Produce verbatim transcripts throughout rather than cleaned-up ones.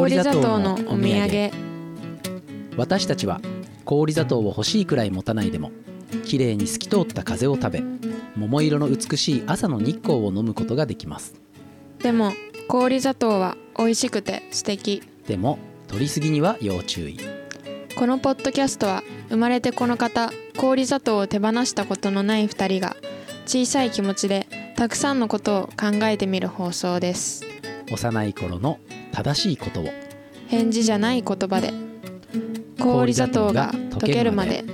氷砂糖のお土産。 私たちは氷砂糖を欲しいくらい持たないでもきれいに透き通った風を食べ、桃色の美しい朝の日光を飲むことができます。 でも氷砂糖は美味しくて素敵。 でも取りすぎには要注意。 このポッドキャストは生まれてこの方、氷砂糖を手放したことのないふたりが小さい気持ちでたくさんのことを考えてみる放送です。 幼い頃の正しいことを返事じゃない言葉で、氷砂糖が溶けるまで。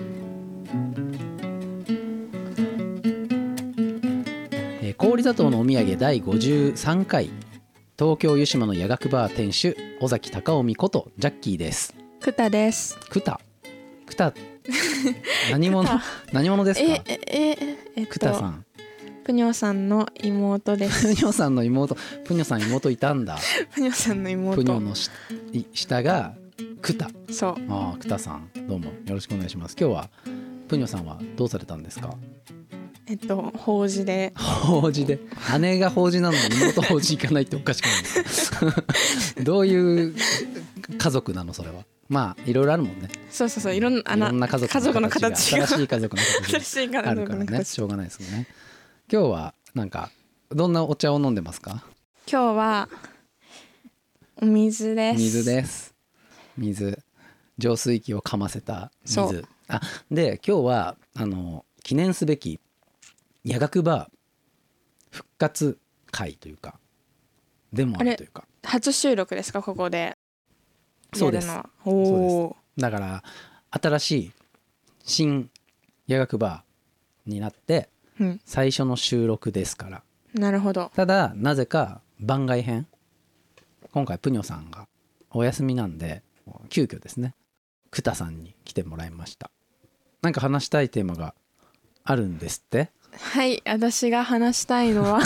えー、氷砂糖のお土産だいごじゅうさんかい、東京湯島の夜学バー店主尾崎貴臣ことジャッキーです。 クタです。 クタクタ何者何者ですか。 ええええっとクタさん、 プニョさんの妹です。 プニョさんの妹。プニョさん妹いたんだ。 プニョさんの妹。 プニョのし下がクタ。 そう。 ああ、クタさんどうもよろしくお願いします。今日はプニョさんはどうされたんですか。 えっと法事で。 法事で。姉が法事なのに妹法事行かないっておかしくないですか。どういう家族なのそれは。まあいろいろあるもんね。 そうそうそう、いろんな、 いろんな家族家族の形が新しい家族の形があるからね、しょうがないですよね。今日はなんかどんなお茶を飲んでますか。 今日はお水です。 水です。水、浄水器をかませた水。あ、で今日はあの記念すべき夜学バー復活会というかでもあるというか、 初収録ですかここで。 そうです。 おお。 だから新しい新夜学バーになって、うん、最初の収録ですから。 なるほど。 ただなぜか番外編、今回プニョさんがお休みなんで急遽ですねクタさんに来てもらいました。なんか話したいテーマがあるんですって。 はい、私が話したいのは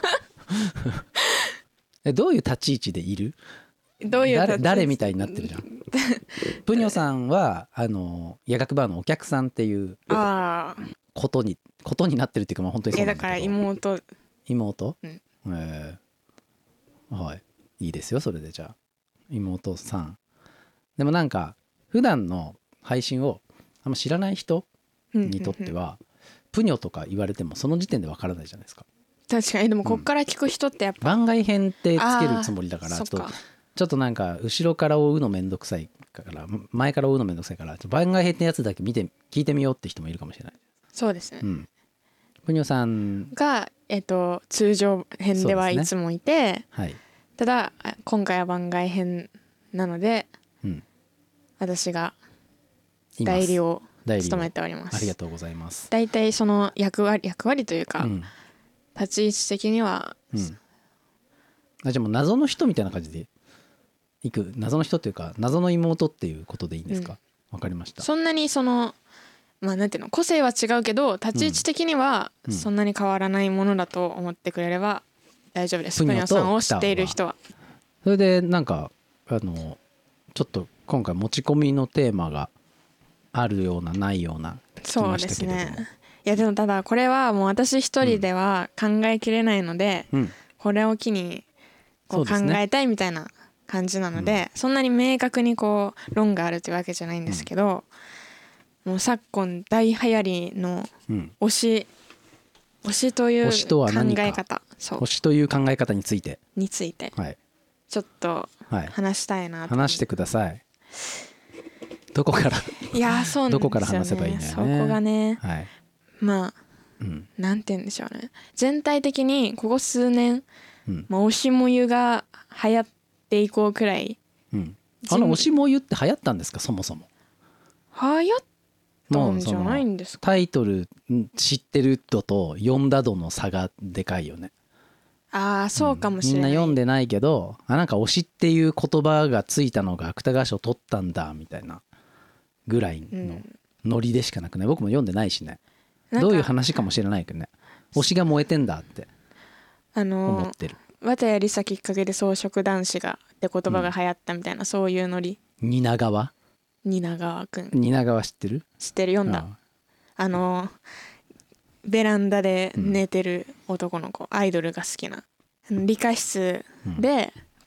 え、どういう立ち位置でいる。 どういう誰, 誰みたいになってるじゃん。プニョさんはあの夜学バーのお客さんっていうことにことになってるっていうか、まあ本当にそうなんだけど。 だから妹妹、 うん、 えー、はいいいですよそれで。じゃあ妹さんでもなんか普段の配信をあんま知らない人にとってはプニョとか言われてもその時点でわからないじゃないですか。 確かに。でもこっから聞く人ってやっぱ、 うん、番外編ってつけるつもりだから、ちょっとちょっとなんか後ろから追うのめんどくさいから前から追うのめんどくさいから番外編ってやつだけ見て聞いてみようって人もいるかもしれない。 そうですね、 うん、プニョさんが、えっと、通常編ではいつもいて、ね、はい、ただ今回は番外編なので、うん、私が代理を務めております。 ありがとうございます。 だいたいその役割役割というか、うん、立ち位置的には、うん、 あ、じゃあもう謎の人みたいな感じでいく。謎の人っていうか謎の妹っていうことでいいんですか。わ、うん、かりました。 そんなにそのまあなんていうの、個性は違うけど立ち位置的にはそんなに変わらないものだと思ってくれれば大丈夫です。プニョさんを知っている人は。 それでなんかあのちょっと今回持ち込みのテーマがあるようなないような聞きましたけれども。そうですね。 いやでもただこれはもう私一人では考えきれないので、うん、これを機にこう考えたいみたいな感じなので、うん、そんなに明確にこう論があるというわけじゃないんですけど、うん、もう昨今大流行りの推し、うん、推しという考え方、 そう推しという考え方についてについて、 はい、 ちょっと話したいなと、 はい、話してください。どこからいやそうなんですよね、 どこから話せばいいんだよね。 そこがね、 はい、 まあ、うん、なんて言うんでしょうね、全体的にここ数年、うんまあ、推しもゆが流行っていこうくらい、 うん、あの推しもゆって流行ったんですか。そもそも流行ったんじゃないんですか。 タイトル知ってる度と読んだ度の差がでかいよね。 ああそうかもしれない、 うん、みんな読んでないけど、あなんか推しっていう言葉がついたのが芥川賞取ったんだみたいなぐらいのノリでしかなくない。僕も読んでないしね、どういう話かもしれないけどね、推しが燃えてんだって思ってる。 あのー、綿谷りさきっかけで草食男子がって言葉が流行ったみたいな、うん、そういうノリ。 蜷川蜷川くん蜷川知ってる。 知ってる、読んだ。 あ, あのーベランダで寝てる男の子、うん、アイドルが好きな理科室で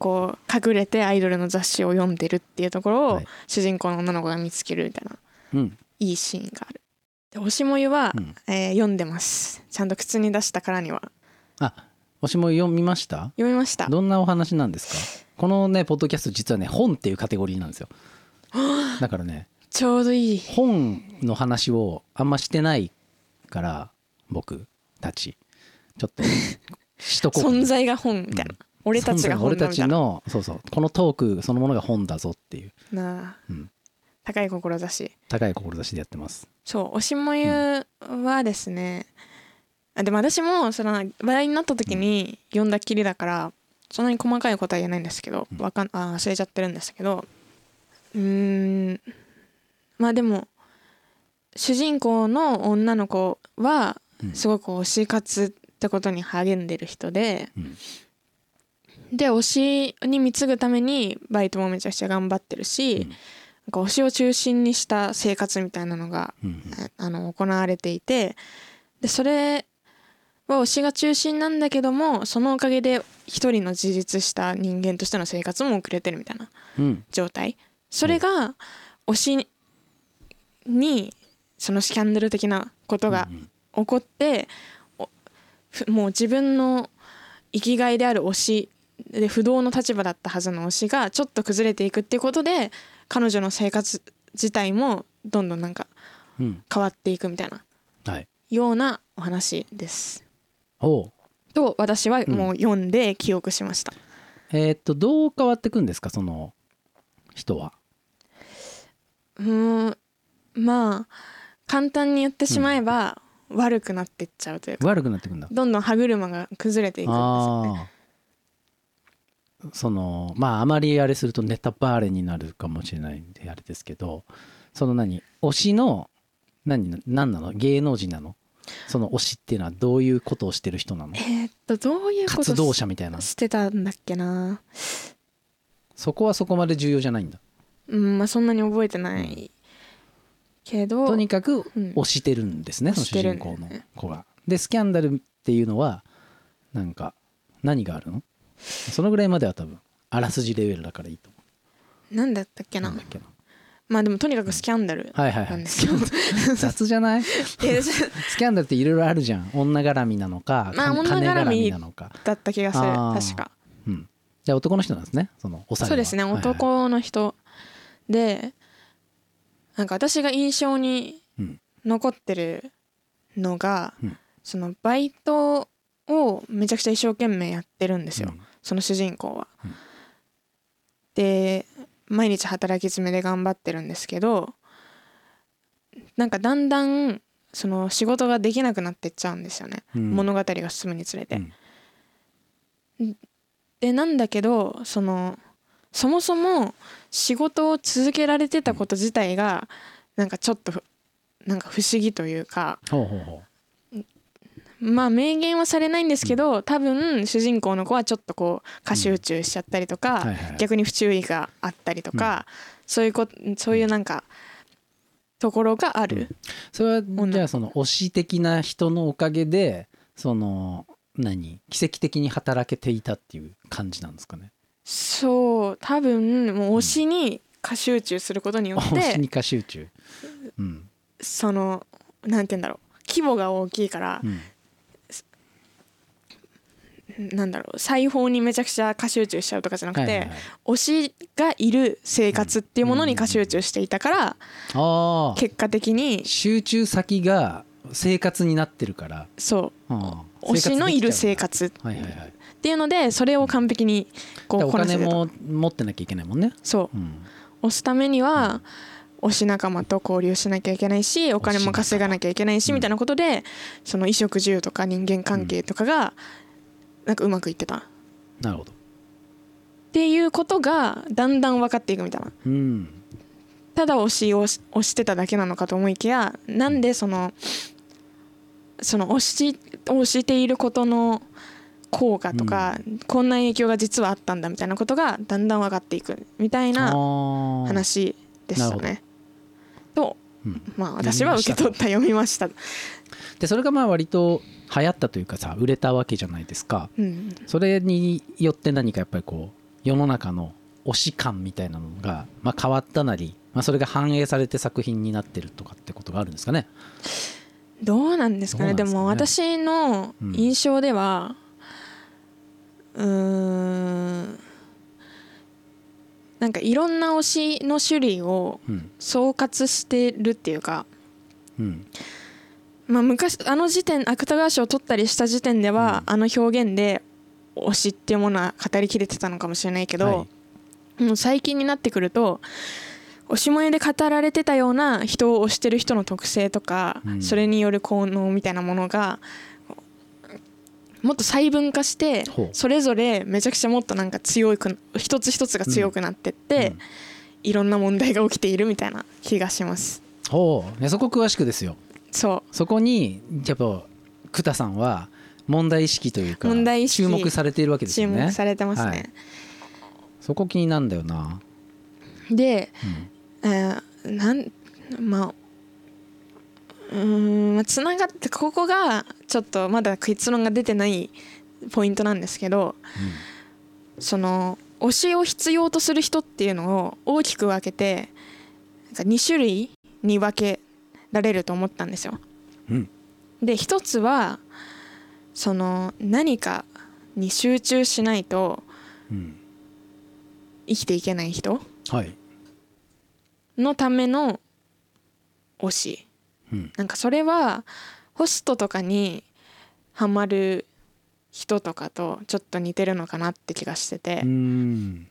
こう隠れてアイドルの雑誌を読んでるっていうところをはい主人公の女の子が見つけるみたいなうんいいシーンがある。で推しもゆは、 うんえー読んでます。ちゃんと口に出したからにはあ推しも読みました？ 読みました。 どんなお話なんですか？このねポッドキャスト実はね本っていうカテゴリーなんですよ。だからねちょうどいい。 本の話をあんましてないから僕たちちょっとしとこうかな存在が本みたいな、 うん俺たちが本俺たちだみたいなのそうそうこのトークそのものが本だぞっていう、 なあ、 うん、 高い志。 高い志でやってます。 そう推しもゆはですね、うん、あでも私もその話題になった時に読んだっきりだからそんなに細かいことは言えないんですけど、わかんあ忘れちゃってるんですけど、うーんまあでも主人公の女の子はすごく推し活ってことに励んでる人で、 うんで推しに貢ぐためにバイトもめちゃくちゃ頑張ってるし、 うんなんか推しを中心にした生活みたいなのが、 うんあの行われていて、でそれは推しが中心なんだけどもそのおかげで一人の自立した人間としての生活も送れてるみたいなうん状態。それが推しにそのスキャンダル的なことが起こって、おふもう自分の生きがいである推しで不動の立場だったはずの推しがちょっと崩れていくっていうことで彼女の生活自体もどんどんなんかうん変わっていくみたいなはいようなお話です。 おうと私はもう読んで記憶しました。 えーっとどう変わってくんですかその人は？ うーんまあ簡単に言ってしまえば、悪くなっていっちゃうというか悪くなってくんだ。 どんどん歯車が崩れていくんですよね。 ああそのまああまりあれするとネタバレになるかもしれないんであれですけど、その何推しの何何なの芸能人なの？その推しっていうのはどういうことをしてる人なの？ えーっとどういうこと活動者みたいな。 してたんだっけな。 そこはそこまで重要じゃないんだ。 うんまあそんなに覚えてないけど、 とにかくうん推してるんですね、その主人公の子が。でスキャンダルっていうのはなんか何があるの？そのぐらいまでは多分あらすじレベルだからいいと思なんだったっけう。 な。 なんだっけな。 まあでもとにかくスキャンダルはいはいはい。 なんですよ。 雑じゃない？ えスキャンダルっていろいろあるじゃん。女絡みなのか、 まあ金女絡み絡みなのか。 だった気がするあー確か。 うん。じゃあ男の人なんですね。そのおされは。 そうですね、 はいはい男の人でなんか私が印象にうん残ってるのが、 うんそのバイトをめちゃくちゃ一生懸命やってるんですよ、 うんその主人公は。 うんで毎日働き詰めで頑張ってるんですけど、なんかだんだんその仕事ができなくなっていっちゃうんですよね、 うん物語が進むにつれて。 うんでなんだけどそのそもそも仕事を続けられてたこと自体がなんかちょっとふなんか不思議というか、 ほうほうほまあ明言はされないんですけど、多分主人公の子はちょっとこう過集中しちゃったりとか、 はいはいはい逆に不注意があったりとか、そういうこそういうなんかところがある。 う。それはじゃあその推し的な人のおかげでその何奇跡的に働けていたっていう感じなんですかね。 そう多分もう推しに過集中することによって、 推しに過集中。うんそのなんて言うんだろう規模が大きいからう、んなんだろう裁縫にめちゃくちゃ過集中しちゃうとかじゃなくて、 はいはいはい推しがいる生活っていうものに過集中していたから、 ああ結果的に集中先が生活になってるから。 そうああ推しのいる生活っはいはいはい。 ていうのでそれを完璧にこでおうこなせてた。 金も持ってなきゃいけないもんね。 そううん推すためには推し仲間と交流しなきゃいけないしお金も稼がなきゃいけないしみたいなことでその衣食住とか人間関係とかがなんかうまくいってたっなるほど。 ていうことがだんだん分かっていくみたいな。 うんただ推しを推してただけなのかと思いきやなんでそのその推し推していることの効果とか、こんな影響が実はあったんだみたいなことがだんだん分かっていくみたいな話でしたね。と、 うん、 まあ私は受け取った読みました。 でそれがまあ割と流行ったというかさ売れたわけじゃないですか。 うん、 それによって何かやっぱりこう世の中の推し感みたいなのが、まあ、変わったなり、まあ、それが反映されて作品になってるとかってことがあるんですかね。 どうなんですかね。でも私の印象では、うん、うーんなんかいろんな推しの種類を総括してるっていうか、うん、まあ昔あの時点芥川賞を取ったりした時点では、うん、あの表現で推しっていうものは語りきれてたのかもしれないけど、はい、もう最近になってくると推し萌えで語られてたような人を推してる人の特性とか、うん、それによる効能みたいなものがもっと細分化してそれぞれめちゃくちゃもっとなんか強く一つ一つが強くなってって、うんうん、いろんな問題が起きているみたいな気がします。 ほう、そこ詳しくですよ。 そうそこにやっぱ久田さんは問題意識というか注目されているわけですよね。 注目されてますね、はい、 そこ気になるんだよな。 で、うんえー、なんまあうーんつながってここがちょっとまだ結論が出てないポイントなんですけど、うん、その推しを必要とする人っていうのを大きく分けてなんかに種類に分けられると思ったんですよ、うん、で一つはその何かに集中しないと生きていけない人のための推し、うん、なんかそれはホストとかにハマる人とかとちょっと似てるのかなって気がしてて、うーん、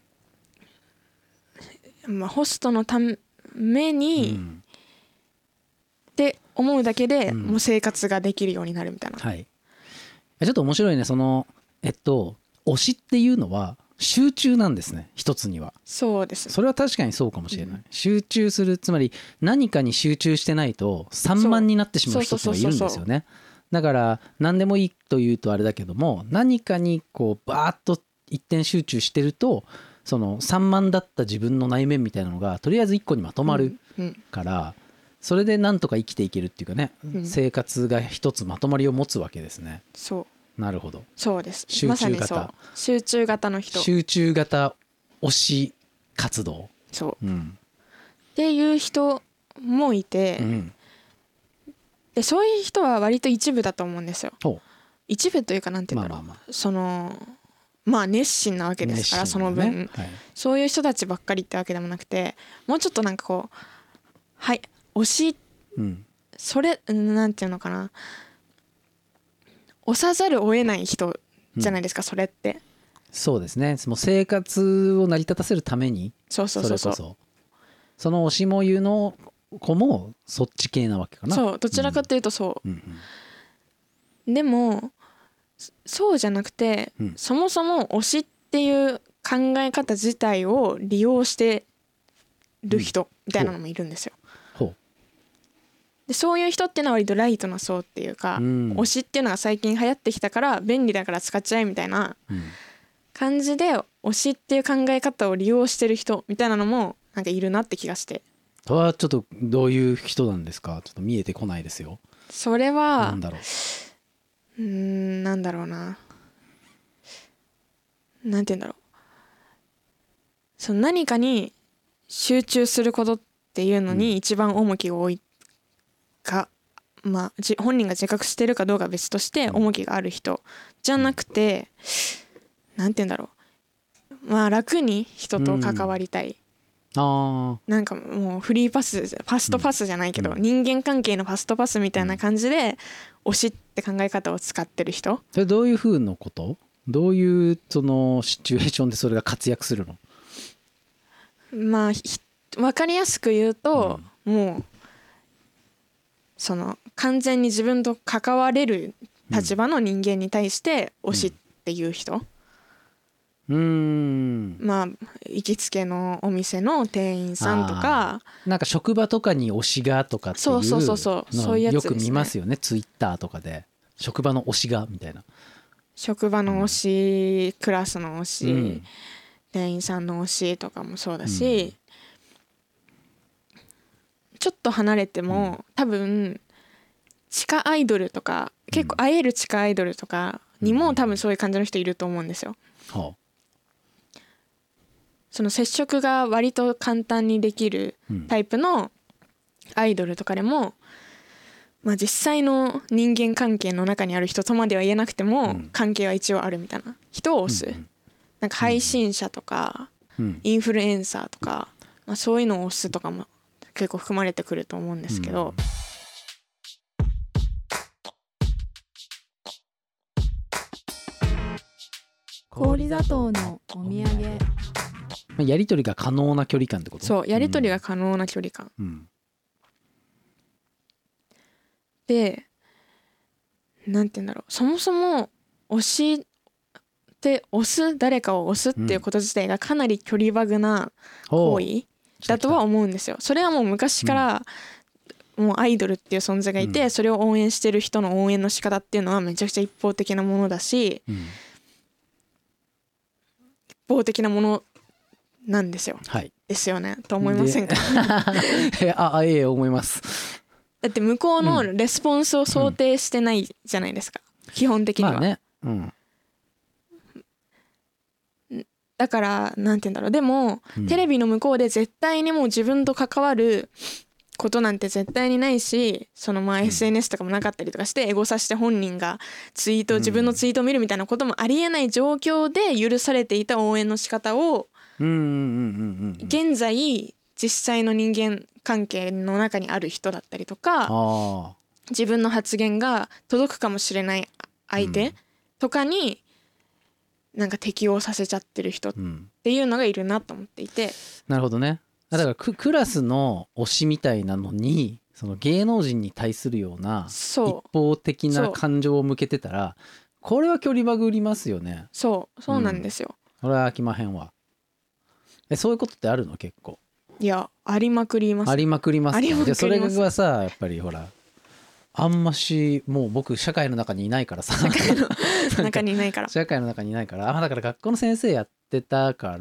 まあ、ホストのために、うん、って思うだけでもう生活ができるようになるみたいな、うん、はい、 ちょっと面白いね。そのえっと推しっていうのは集中なんですね、一つには。 そうです、ね、 それは確かにそうかもしれない、うん、集中する、つまり何かに集中してないと散漫になってしまう人ってのがいるんですよね。だから何でもいいというとあれだけども、何かにこうバーッと一点集中してるとその散漫だった自分の内面みたいなのがとりあえず一個にまとまるから、うんうん、それでなんとか生きていけるっていうかね、うん、生活が一つまとまりを持つわけですね。 そうなるほど。 そうです。 集中型、まさにそう。 集中型の人。 集中型推し活動。 そう。うん、っていう人もいて、うん、でそういう人は割と一部だと思うんですよ。一部というかなんて言うんだろう。まあまあまあ、そのまあ熱心なわけですから、ね、その分、はい、そういう人たちばっかりってわけでもなくて、もうちょっとなんかこうはい推し、うん、それなんていうのかな。押さざるを得ない人じゃないですか、うん、それって。 そうですね。もう生活を成り立たせるために、 そうそうそうそう、 それこそその推しもゆの子もそっち系なわけかな。 そう、どちらかというとそう、うんうんうん、でもそうじゃなくて、うん、そもそも推しっていう考え方自体を利用してる人みたいなのもいるんですよ、うん、でそういう人っていうのは割とライトな層っていうか、うん、推しっていうのが最近流行ってきたから便利だから使っちゃえみたいな感じで、推しっていう考え方を利用してる人みたいなのもなんかいるなって気がして。 それはちょっとどういう人なんですか？ちょっと見えてこないですよ。 それはなんだろう、 うーんなんだろうななんて言うんだろう、その何かに集中することっていうのに一番重きを置いか、うん、まあ本人が自覚してるかどうかは別として重きがある人じゃなくて、なんて言うんだろう、まあ楽に人と関わりたい、うん、あなんかもうフリーパスファストパスじゃないけど、うん、人間関係のファストパスみたいな感じで推しって考え方を使ってる人。 それどういう風のこと？どういうそのシチュエーションでそれが活躍するの？ まあ分かりやすく言うと、うん、もうその完全に自分と関われる立場の人間に対して推しっていう人、うん、うーんまあ行きつけのお店の店員さんとか、 なんか職場とかに推しがとかっていうそうそうそうそうそういうやつですね。 よく見ますよね、ツイッターとかで職場の推しがみたいな。 職場の推し、うん、クラスの推し、うん、店員さんの推しとかもそうだし、うん、ちょっと離れても、うん、多分地下アイドルとか、うん、結構会える地下アイドルとかにも多分そういう感じの人いると思うんですよ、うん、はあ、 その接触が割と簡単にできるタイプのアイドルとかでも、まあ、実際の人間関係の中にある人とまでは言えなくても関係は一応あるみたいな人を推す、なんか配信者とかインフルエンサーとか、まあ、そういうのを推すとかも結構含まれてくると思うんですけど、 氷砂糖のお土産。 やり取りが可能な距離感ってこと？ そう、やり取りが可能な距離感、うん、で、なんて言うんだろう、そもそも推しって推す誰かを推すっていうこと自体がかなり距離バグな行為だとは思うんですよ。それはもう昔からもうアイドルっていう存在がいて、それを応援してる人の応援の仕方っていうのはめちゃくちゃ一方的なものだし、うん、一方的なものなんですよ、はい、ですよねと思いませんか？ ああ、いえ思います。 だって向こうのレスポンスを想定してないじゃないですか、うん、基本的には、まあね、うん、だからなんて言うんだろう、でも、うん、テレビの向こうで絶対にもう自分と関わることなんて絶対にないし、そのまあ エスエヌエス とかもなかったりとかして、エゴサして本人がツイート、自分のツイートを見るみたいなこともありえない状況で許されていた応援の仕方を、現在実際の人間関係の中にある人だったりとか、自分の発言が届くかもしれない相手とかになんか適応させちゃってる人っていうのがいるなと思っていて、 なるほどね。だからク、クラスの推しみたいなのにその芸能人に対するような一方的な感情を向けてたら、これは距離バグりますよね。 そうそうなんですよ、 うん、これは飽きまへんわ。え、そういうことってあるの？結構。 いや、ありまくります。 ありまくりますか。じゃあそれがさ、やっぱりほらあんましもう僕社会の中にいないからさ、 社会の中にいないから社会の中にいないから、あ、だから学校の先生やってたから、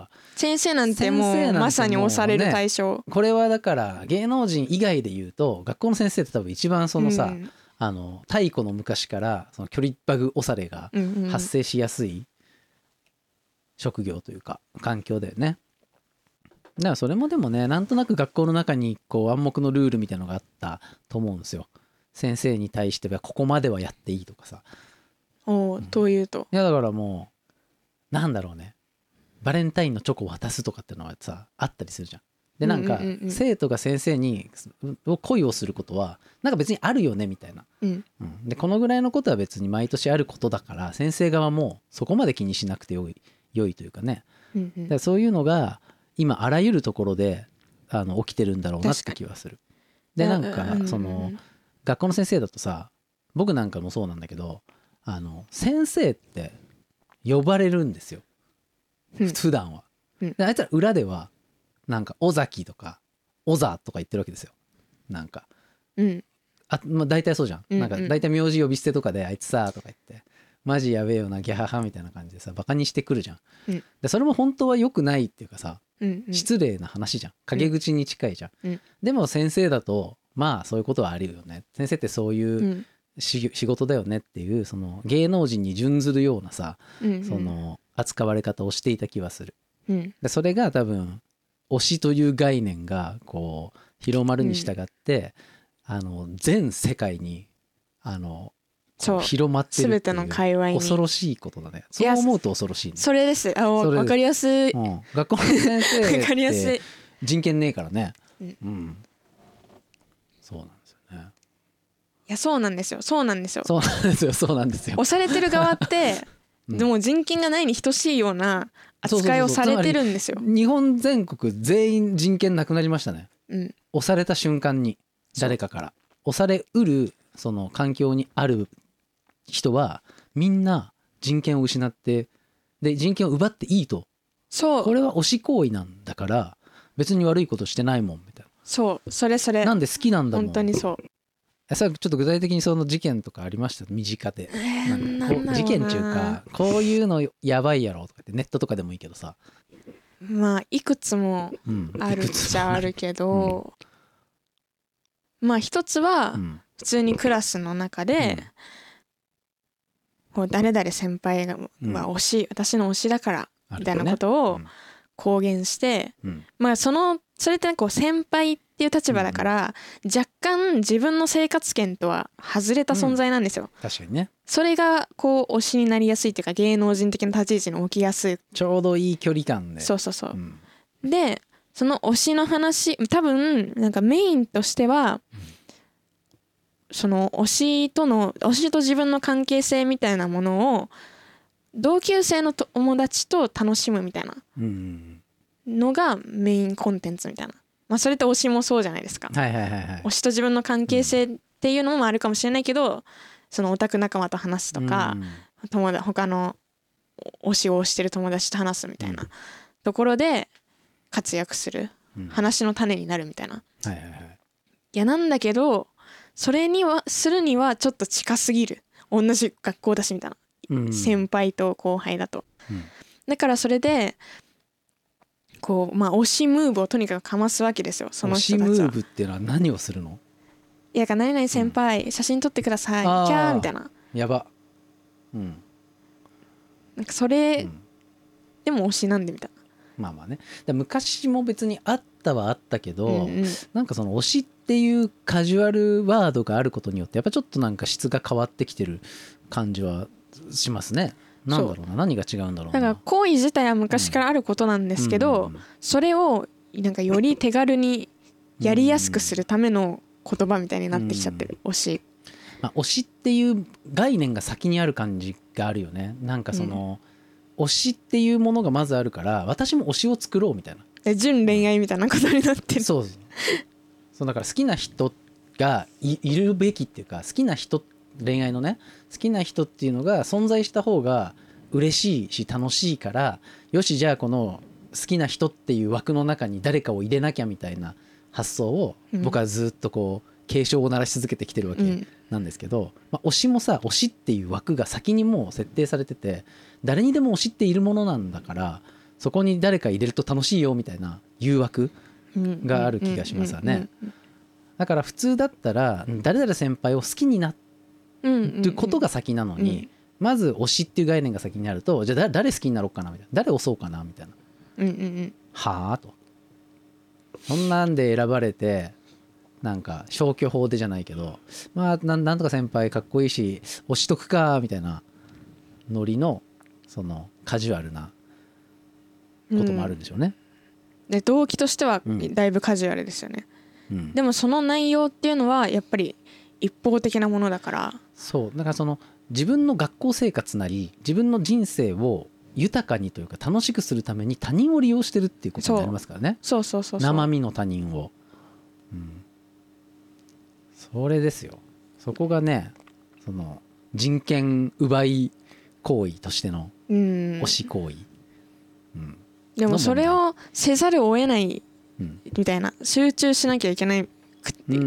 先生なんてもうまさに押される対象、 これはだから芸能人以外で言うと学校の先生って多分一番そのさ、うん、あの太古の昔からその距離バグ押されが発生しやすい職業というか環境だよね。だからそれもでもね、なんとなく学校の中にこう暗黙のルールみたいなのがあったと思うんですよ。先生に対してはここまではやっていいとかさ。 おー、というと、 いやだからもうなんだろうね、バレンタインのチョコを渡すとかってのはさあったりするじゃん。でなんか、うんうんうん、生徒が先生に恋をすることはなんか別にあるよねみたいな、うんうん、でこのぐらいのことは別に毎年あることだから先生側もそこまで気にしなくてよい良いというかね、うんうん、だからそういうのが今あらゆるところであの起きてるんだろうなって気はする。でなんかその学校の先生だとさ、僕なんかもそうなんだけど、あの先生って呼ばれるんですよ、うん、普段は、うん、であいつら裏ではなんか尾崎とか尾座とか言ってるわけですよ。なんか、うん、あ、まあ、大体そうじゃん、うんうん、なんか大体名字呼び捨てとかであいつさとか言ってマジやべえよなギャハハみたいな感じでさバカにしてくるじゃん、うん、でそれも本当は良くないっていうかさ、うんうん、失礼な話じゃん、陰口に近いじゃん、うん、でも先生だとまあそういうことはあるよね、先生ってそういう仕事だよねっていう、その芸能人に準ずるようなさ、うんうん、その扱われ方をしていた気はする、うん、でそれが多分推しという概念がこう広まるに従って、うん、あの全世界にあの広まってるっていう恐ろしいことだね。そう思うと恐ろしいね。 それです。あ、分かりやすい、 うん、学校の先生って人権ねえからね、うんうん、そうなんですよね。 いやそうなんですよそうなんですよそうなんですよそうなんですよ押されてる側ってうん、でも人権がないに等しいような扱いをされてるんですよ。 そうそうそう、日本全国全員人権なくなりましたね、うん、押された瞬間に誰かから押されうるその環境にある人はみんな人権を失って、で人権を奪っていいと、そうこれは推し行為なんだから別に悪いことしてないもんみたいな、 そうそれそれなんで好きなんだもん、 本当にそう。 さちょっと具体的にその事件とかありました？身近で、えー、なんかこう事件っていうかこういうのやばいやろとかってネットとかでもいいけどさ、 まあいくつもあるっちゃあるけど、うん、まあ一つは普通にクラスの中で、うん、こう誰々先輩が、うん、は推し私の推しだからみたいなことを公言して、 うん、 まあそのそれってこう先輩っていう立場だから、うん、若干自分の生活圏とは外れた存在なんですよ、 うん、確かにね。 それがこう推しになりやすいっていうか芸能人的な立ち位置に置きやすい、 ちょうどいい距離感で。 そうそうそう、うん、でその推しの話多分なんかメインとしては、うん、その推しとの推しと自分の関係性みたいなものを同級生の友達と楽しむみたいなのがメインコンテンツみたいな、まあ、それって推しもそうじゃないですか、 はいはいはいはい、 推しと自分の関係性っていうのもあるかもしれないけど、そのオタク仲間と話すとか、うん、友達他の推しを推してる友達と話すみたいなところで活躍する、うん、話の種になるみたいな、はいはいはい、いやなんだけどそれにはするにはちょっと近すぎる、同じ学校だしみたいな、うん、先輩と後輩だと、うん、だからそれでこうまあ推しムーブをとにかくかますわけですよ、その人たちは。 推しムーブっていうのは何をするの？ いや何々先輩、うん、写真撮ってください、キャーみたいな、 やば、うん、 なんかそれ、うん、でも推しなんでみたいな。 まあまあね、昔も別にあったはあったけど、うんうん、なんかその推しっていうカジュアルワードがあることによってやっぱちょっとなんか質が変わってきてる感じはしますね。なんだろうな、何が違うんだろうな。 だから行為自体は昔からあることなんですけど、うんうん、それをなんかより手軽にやりやすくするための言葉みたいになってきちゃってる、うん、推し、 まあ、推しっていう概念が先にある感じがあるよね。なんかその、うん、推しっていうものがまずあるから私も推しを作ろうみたいな、 純恋愛みたいなことになってる。 そうそう、だから好きな人が い, いるべきっていうか、好きな人、恋愛のね好きな人っていうのが存在した方が嬉しいし楽しいから、よしじゃあこの好きな人っていう枠の中に誰かを入れなきゃみたいな発想を僕はずっとこう警鐘を鳴らし続けてきてるわけなんですけど、うん、まあ、推しもさ、推しっていう枠が先にもう設定されてて、誰にでも推しっているものなんだから、そこに誰か入れると楽しいよみたいな誘惑がある気がしますわね。だから普通だったら誰々先輩を好きになることが先なのに、まず推しっていう概念が先にあると、じゃあ誰好きになろうかなみたいな、誰推そうかなみたいな、うんうんうん、はあと、そんなんで選ばれてなんか消去法でじゃないけど、まあ な, なんとか先輩かっこいいし推しとくかみたいなノリのそのカジュアルなこともあるんでしょうね、 うん、で動機としてはだいぶカジュアルですよね、うん、でもその内容っていうのはやっぱり一方的なものだから。 そうだからその自分の学校生活なり自分の人生を豊かにというか楽しくするために他人を利用してるっていうことになりますからね。 そうそうそうそう、 生身の他人を、うん、それですよ。そこがね、その人権奪い行為としての推し行為、 うん、でもそれをせざるを得ないみたいな、集中しなきゃいけないくって、うん、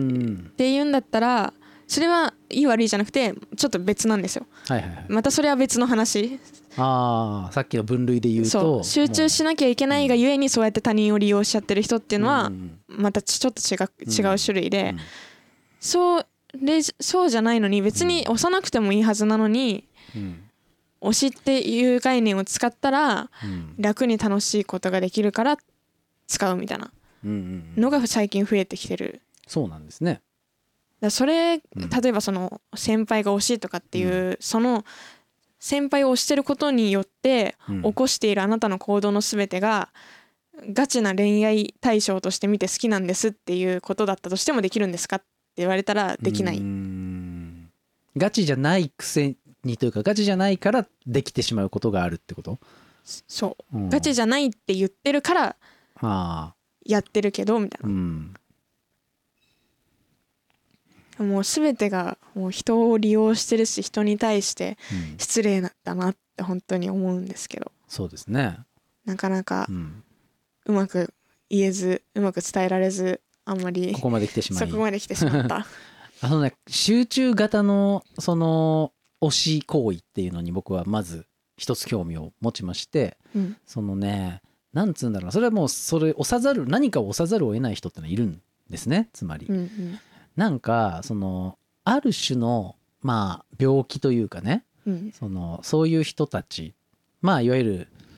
っていうんだったらそれはいい悪いじゃなくてちょっと別なんですよ、はいはいはい、またそれは別の話。 ああ、さっきの分類で言うと、 そう集中しなきゃいけないがゆえにそうやって他人を利用しちゃってる人っていうのはまたちょっと違う、違う種類で、うんうん、そうでそうじゃないのに別に押さなくてもいいはずなのに、うん、推しっていう概念を使ったら楽に楽しいことができるから使うみたいなのが最近増えてきてる。 そうなんですね。 だそれ例えばその先輩が推しいとかっていう、うん、その先輩を推してることによって起こしているあなたの行動の全てがガチな恋愛対象として見て好きなんですっていうことだったとしてもできるんですかって言われたらできない。うーん、ガチじゃないくせにというかガチじゃないからできてしまうことがあるってこと？ そう、うん、ガチじゃないって言ってるからやってるけどみたいな、うん、もう全てがもう人を利用してるし人に対して失礼だなって本当に思うんですけど、うん、 そうですね、 なかなかうまく言えずうまく伝えられずあんまりここまで来てしまいそこまで来てしまったあのね、集中型のその推し行為っていうのに僕はまず一つ興味を持ちまして、うん、そのね、なんつうんだろうな、それはもうそれ押さざる何かを押さざるを得ない人ってのはいるんですね。つまり、うんうん、なんかそのある種のまあ病気というかね、うん、そのそういう人たち、まあいわゆる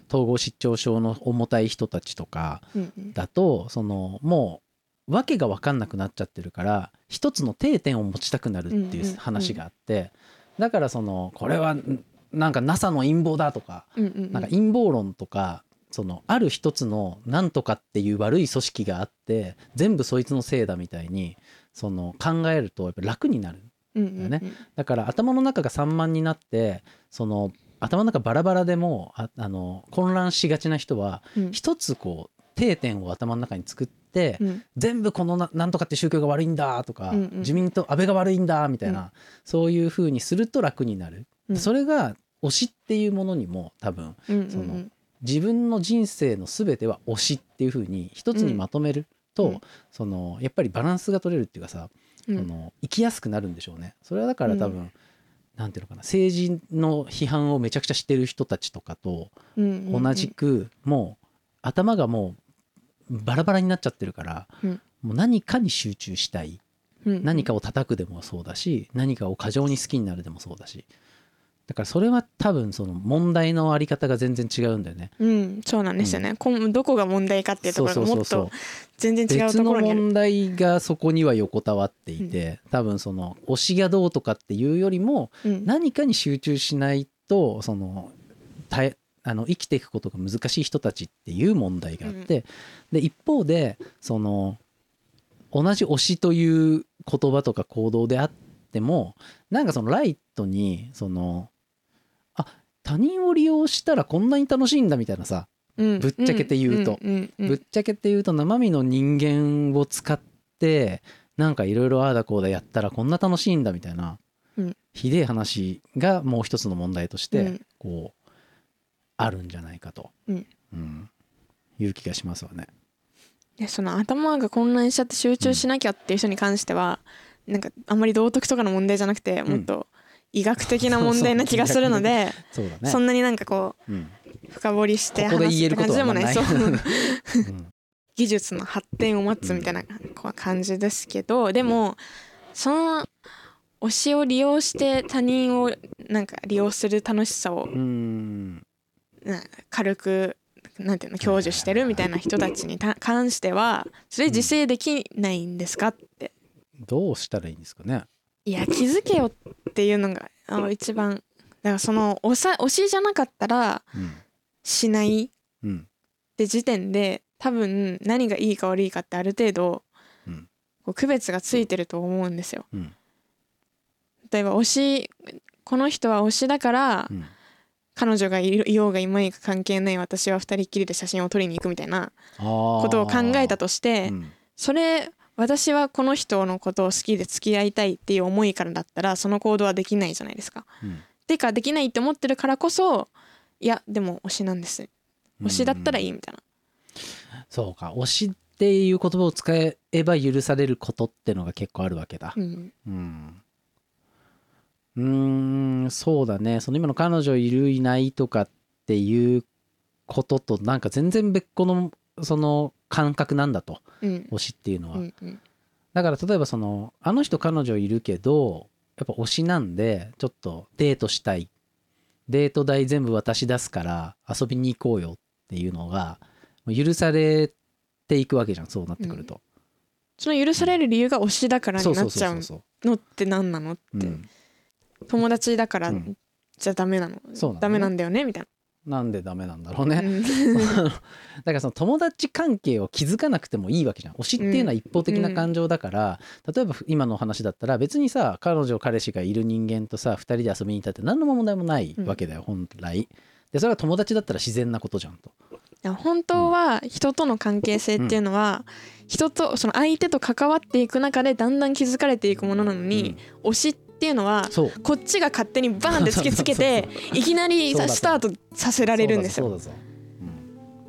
統合失調症の重たい人たちとかだと、そのもう訳が分かんなくなっちゃってるから一つの定点を持ちたくなるっていう話があって、だからそのこれはなんか ナサ の陰謀だとか、なんか陰謀論とか、そのある一つのなんとかっていう悪い組織があって全部そいつのせいだみたいにその考えるとやっぱ楽になるんだよね。だから頭の中が散漫になってその頭の中バラバラでも あ, あの混乱しがちな人は一つこう定点を頭の中に作って、うん、全部この な, なんとかって宗教が悪いんだとか、うんうん、自民党安倍が悪いんだみたいな、うん、そういう風にすると楽になる、うん、それが推しっていうものにも多分、うんうんうん、その自分の人生の全ては推しっていう風に一つにまとめると、うん、そのやっぱりバランスが取れるっていうかさ、うん、その生きやすくなるんでしょうね。それはだから多分、うん、なんていうのかな、政治の批判をめちゃくちゃしてる人たちとかと同じく、うんうんうん、もう頭がもうバラバラになっちゃってるから、うん、もう何かに集中したい、うん、何かを叩くでもそうだし、何かを過剰に好きになるでもそうだし、だからそれは多分その問題のあり方が全然違うんだよね。 うん、そうなんですよね、うん、どこが問題かっていうところがもっと全然違うところにある。別の問題がそこには横たわっていて、うん、多分その推しがどうとかっていうよりも、うん、何かに集中しないとそのあの生きていくことが難しい人たちっていう問題があって、うん、で一方でその同じ推しという言葉とか行動であってもなんかそのライトにそのあ他人を利用したらこんなに楽しいんだみたいなさ、うん、ぶっちゃけて言うと、うんうんうん、ぶっちゃけて言うと生身の人間を使ってなんかいろいろああだこうだやったらこんな楽しいんだみたいな、うん、ひでえ話がもう一つの問題としてこうあるんじゃないかと、うんうん、いう気がしますわね。 いやその頭が混乱しちゃって集中しなきゃっていう人に関しては、うん、なんかあんまり道徳とかの問題じゃなくて、うん、もっと医学的な問題な気がするのでそうそうそう そ, ね、そんなになんかこう、うん、深掘りして話すって感じでもない、そう技術の発展を待つみたいな感じですけど、でもその推しを利用して他人をなんか利用する楽しさをうん軽くなんていうの享受してるみたいな人たちに関してはそれ自制できないんですかって、 うん、どうしたらいいんですかね。 いや気づけよっていうのがあ一番だからその推さ推しじゃなかったらしないって時点で多分何がいいか悪いかってある程度こう区別がついてると思うんですよ、うん、例えば推しこの人は推しだから、うん彼女がいようがいまいが関係ない私は二人っきりで写真を撮りに行くみたいなことを考えたとして、うん、それ私はこの人のことを好きで付き合いたいっていう思いからだったらその行動はできないじゃないですか、うん、てかできないって思ってるからこそいやでも推しなんです推しだったらいいみたいな、 うん、そうか推しっていう言葉を使えば許されることってのが結構あるわけだ、うんうんうーんそうだね。その今の彼女いるいないとかっていうこととなんか全然別個のその感覚なんだと、うん、推しっていうのは、うんうん、だから例えばそのあの人彼女いるけどやっぱ推しなんでちょっとデートしたいデート代全部私出すから遊びに行こうよっていうのが許されていくわけじゃんそうなってくると、うん、 その許される理由が推しだからになっちゃうのって何なのって、うん友達だからじゃダメなの、うんね、ダメなんだよねみたいな。なんでダメなんだろうね、うん、だからその友達関係を築かなくてもいいわけじゃん。推しっていうのは一方的な感情だから、うん、例えば今の話だったら別にさ彼女彼氏がいる人間とさふたりで遊びに行ったって何の問題もないわけだよ、うん、本来でそれは友達だったら自然なことじゃんと。 いや本当は人との関係性っていうのは、うん、人とその相手と関わっていく中でだんだん築かれていくものなのに、うん、推しってっていうのはこっちが勝手にバーンって突きつけていきなりスタートさせられるんですよ。そうだそうだそう、うん、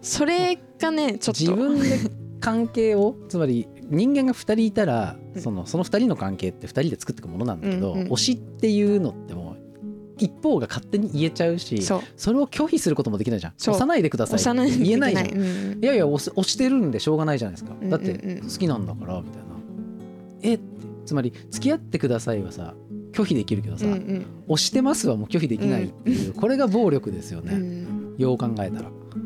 それがねちょっと自分で関係をつまり人間がふたりいたら、うん、そのそのふたりの関係ってふたりで作っていくものなんだけど、うんうん、推しっていうのってもう一方が勝手に言えちゃうし そ, それを拒否することもできないじゃん。押さないでくださいって言えないじゃん、うん、いやいや押してるんでしょうがないじゃないですか。だって好きなんだからみたいな、えってつまり付き合ってくださいはさ拒否できるけどさ、うんうん、押してますはもう拒否できないっていう、うん、これが暴力ですよね、うん、よう考えたら。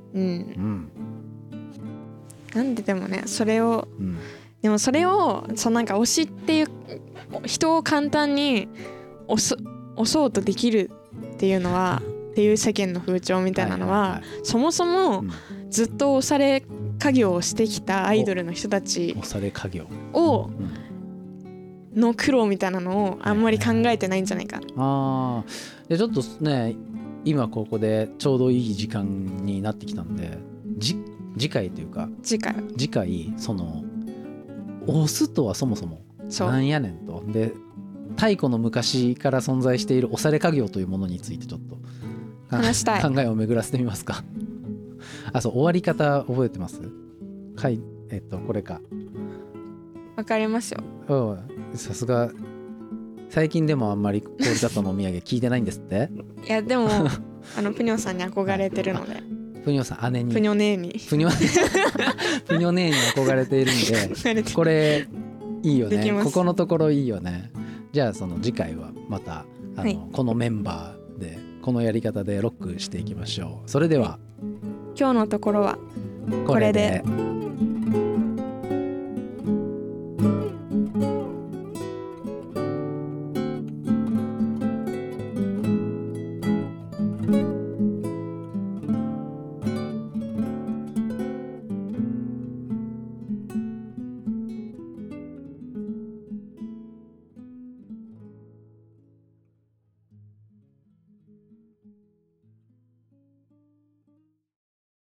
うん、 うん、 なんででもねそれを、 うん、 でもそれをそのなんか推しっていう人を簡単に押す押そうとできるっていうのはっていう世間の風潮みたいなのは、はいはいはい、そもそもずっと押され家業をしてきたアイドルの人たち押され家業を、うん、の苦労みたいなのをあんまり考えてないんじゃないか、はいはい、 あでちょっとね今ここでちょうどいい時間になってきたんでじ次回というか次回次回その押すとはそもそもなんやねんとで太古の昔から存在している押され家業というものについてちょっと話したい考えを巡らせてみますかあそう終わり方覚えてますはい、えっとこれかわかりますよ。 さすが最近でもあんまりコールダットのお土産聞いてないんですっていやでもあのプニョさんに憧れてるのでプニョさん姉にプニョ姉にプニョプニョ姉に憧れているんでこれいいよねここのところいいよね。じゃあその次回はまたあの、はい、このメンバーでこのやり方でロックしていきましょう。それでは今日のところはこれで。